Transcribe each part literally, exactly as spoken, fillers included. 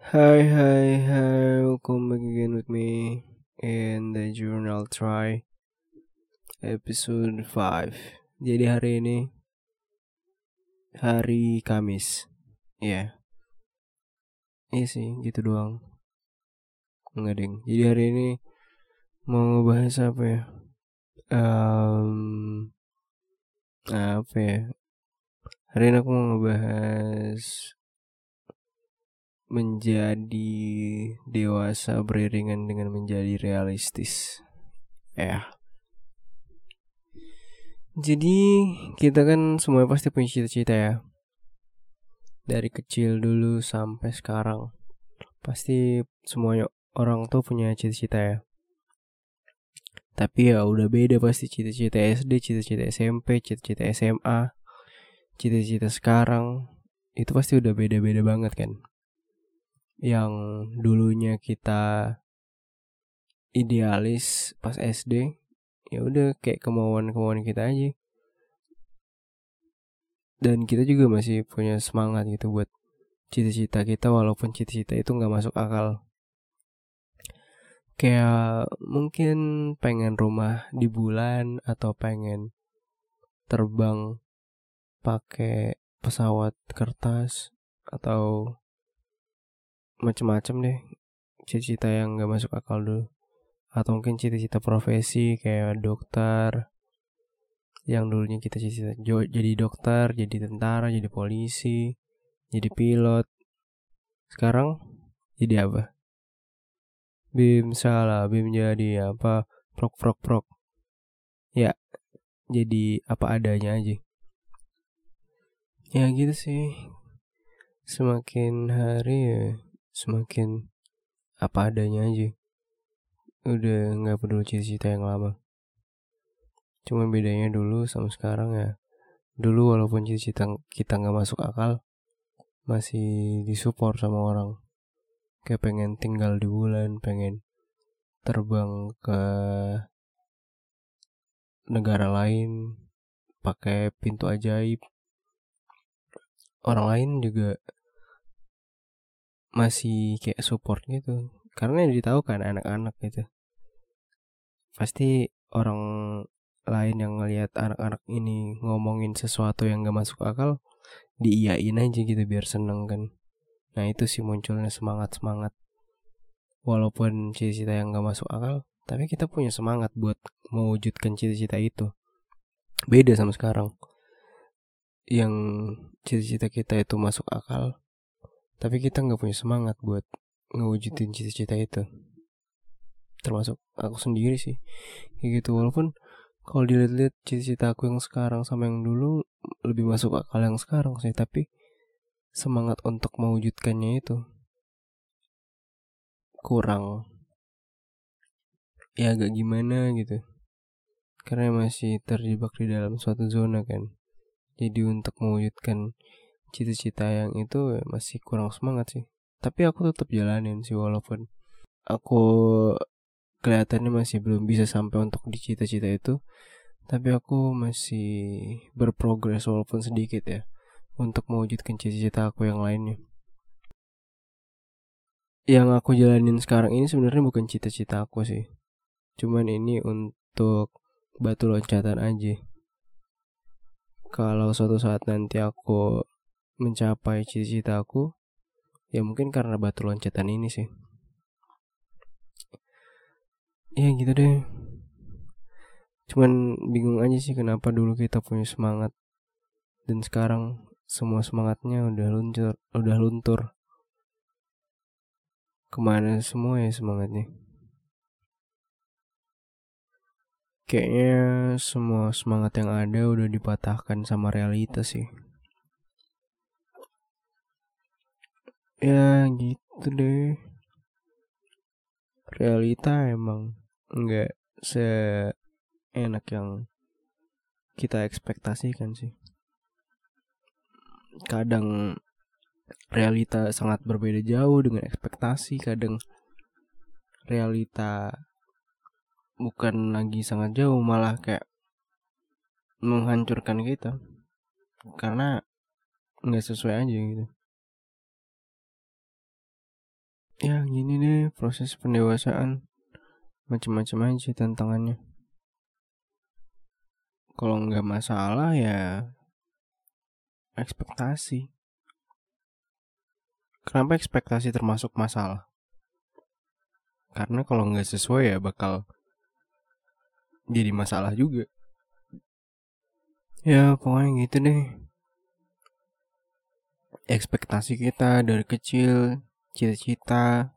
Hi, hi, hi. Welcome back again with me in the Journal Try episode five. Jadi hari ini hari Kamis. Ya, yeah. Iya sih, gitu doang. Enggak ding. Jadi hari ini mau ngebahas apa ya? Um, apa ya? Hari ini aku mau ngebahas menjadi dewasa beriringan dengan menjadi realistis. Ya. Yeah. Jadi kita kan semua pasti punya cita-cita ya. Dari kecil dulu sampai sekarang pasti semuanya orang tuh punya cita-cita ya. Tapi ya udah beda pasti cita-cita S D, cita-cita S M P, cita-cita S M A, cita-cita sekarang itu pasti udah beda-beda banget kan. Yang dulunya kita idealis pas S D, ya udah kayak kemauan-kemauan kita aja. Dan kita juga masih punya semangat gitu buat cita-cita kita walaupun cita-cita itu nggak masuk akal. Kayak mungkin pengen rumah di bulan atau pengen terbang pakai pesawat kertas atau macem-macem deh, cita-cita yang nggak masuk akal dulu. Atau mungkin cita-cita profesi kayak dokter, yang dulunya kita cita-cita jadi dokter, jadi tentara, jadi polisi, jadi pilot. Sekarang jadi apa? Bim salah, Bim jadi apa? Prok prok prok. Ya, jadi apa adanya aja. Ya gitu sih. Semakin hari ya semakin apa adanya aja. Udah gak peduli cita-cita yang lama. Cuma bedanya dulu sama sekarang ya. Dulu walaupun cita-cita kita gak masuk akal, masih disupport sama orang. Kayak pengen tinggal di bulan, pengen terbang ke negara lain pakai pintu ajaib. Orang lain juga masih kayak support gitu. Karena ditahu kan anak-anak gitu. Pasti orang lain yang ngelihat anak-anak ini ngomongin sesuatu yang gak masuk akal, diiyain aja gitu biar seneng kan. Nah itu sih munculnya semangat-semangat. Walaupun cita-cita yang gak masuk akal, tapi kita punya semangat buat mewujudkan cita-cita itu. Beda sama sekarang, yang cita-cita kita itu masuk akal, tapi kita gak punya semangat buat ngewujudin cita-cita itu. Termasuk aku sendiri sih kayak gitu. Walaupun kalau dilihat-lihat cita-cita aku yang sekarang sama yang dulu lebih masuk akal yang sekarang sih, tapi semangat untuk mewujudkannya itu kurang. Ya agak gimana gitu. Karena masih terjebak di dalam suatu zona kan. Jadi untuk mewujudkan cita-cita yang itu ya masih kurang semangat sih. Tapi aku tetap jalanin sih walaupun aku kelihatannya masih belum bisa sampai untuk di cita-cita itu. Tapi aku masih berprogres walaupun sedikit ya untuk mewujudkan cita-cita aku yang lainnya. Yang aku jalanin sekarang ini sebenarnya bukan cita-cita aku sih. Cuman ini untuk batu loncatan aja. Kalau suatu saat nanti aku mencapai cita-cita aku, ya mungkin karena batu loncatan ini sih. Ya gitu deh. Cuman bingung aja sih kenapa dulu kita punya semangat dan sekarang semua semangatnya udah luntur, udah luntur. Kemana semua ya semangatnya? Kayaknya semua semangat yang ada udah dipatahkan sama realitas sih. Ya gitu deh. Realita emang nggak seenak yang kita ekspektasikan sih. Kadang realita sangat berbeda jauh dengan ekspektasi. Kadang realita bukan lagi sangat jauh, malah kayak menghancurkan kita karena nggak sesuai aja gitu. Ya gini deh, proses pendewasaan macam-macam aja tantangannya. Kalau nggak masalah ya ekspektasi. Kenapa ekspektasi termasuk masalah? Karena kalau nggak sesuai ya bakal jadi masalah juga. Ya pokoknya gitu deh. Ekspektasi kita dari kecil, cita-cita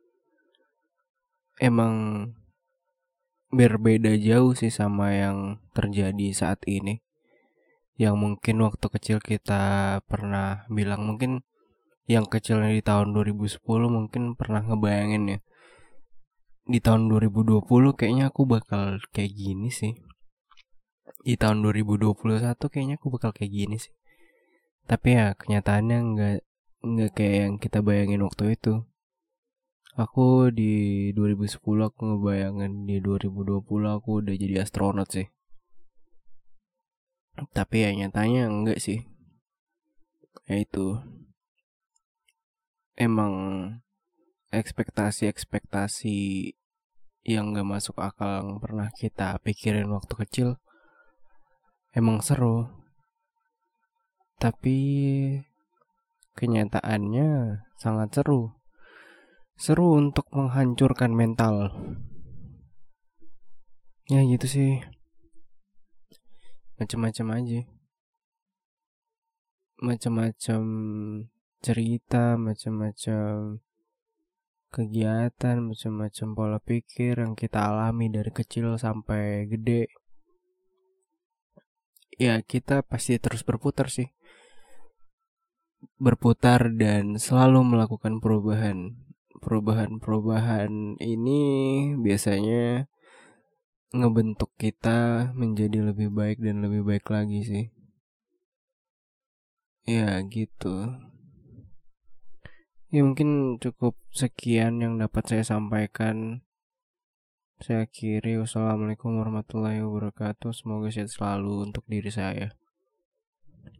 emang berbeda jauh sih sama yang terjadi saat ini. Yang mungkin waktu kecil kita pernah bilang, mungkin yang kecilnya di tahun dua ribu sepuluh mungkin pernah ngebayangin ya, di tahun dua ribu dua puluh kayaknya aku bakal kayak gini sih. Di tahun dua ribu dua puluh satu kayaknya aku bakal kayak gini sih. Tapi ya kenyataannya nggak nggak kayak yang kita bayangin waktu itu. Aku di dua ribu sepuluh aku ngebayangin di dua ribu dua puluh aku udah jadi astronot sih. Tapi ya nyatanya enggak sih. Ya itu emang ekspektasi-ekspektasi yang gak masuk akal yang pernah kita pikirin waktu kecil emang seru. Tapi kenyataannya sangat seru. Seru untuk menghancurkan mental. Ya gitu sih. Macam-macam aja. Macam-macam cerita, macam-macam kegiatan, macam-macam pola pikir yang kita alami dari kecil sampai gede. Ya kita pasti terus berputar sih. Berputar dan selalu melakukan perubahan. Perubahan-perubahan ini biasanya ngebentuk kita menjadi lebih baik dan lebih baik lagi sih. Ya gitu. Ya mungkin cukup sekian yang dapat saya sampaikan. Saya akhiri. Wassalamualaikum warahmatullahi wabarakatuh. Semoga sehat selalu untuk diri saya.